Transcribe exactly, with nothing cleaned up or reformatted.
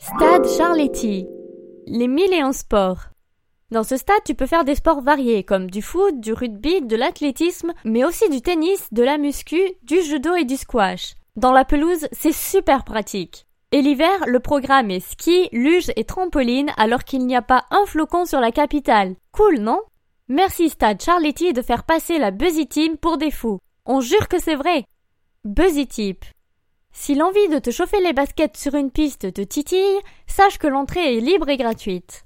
Stade Charletti. Les mille et un sports. Dans ce stade, tu peux faire des sports variés comme du foot, du rugby, de l'athlétisme, mais aussi du tennis, de la muscu, du judo et du squash. Dans la pelouse, c'est super pratique. Et l'hiver, le programme est ski, luge et trampoline alors qu'il n'y a pas un flocon sur la capitale. Cool, non? Merci Stade Charletti de faire passer la Buzzy Team pour des fous. On jure que c'est vrai. Buzzy Tip. Si l'envie de te chauffer les baskets sur une piste te titille, sache que l'entrée est libre et gratuite.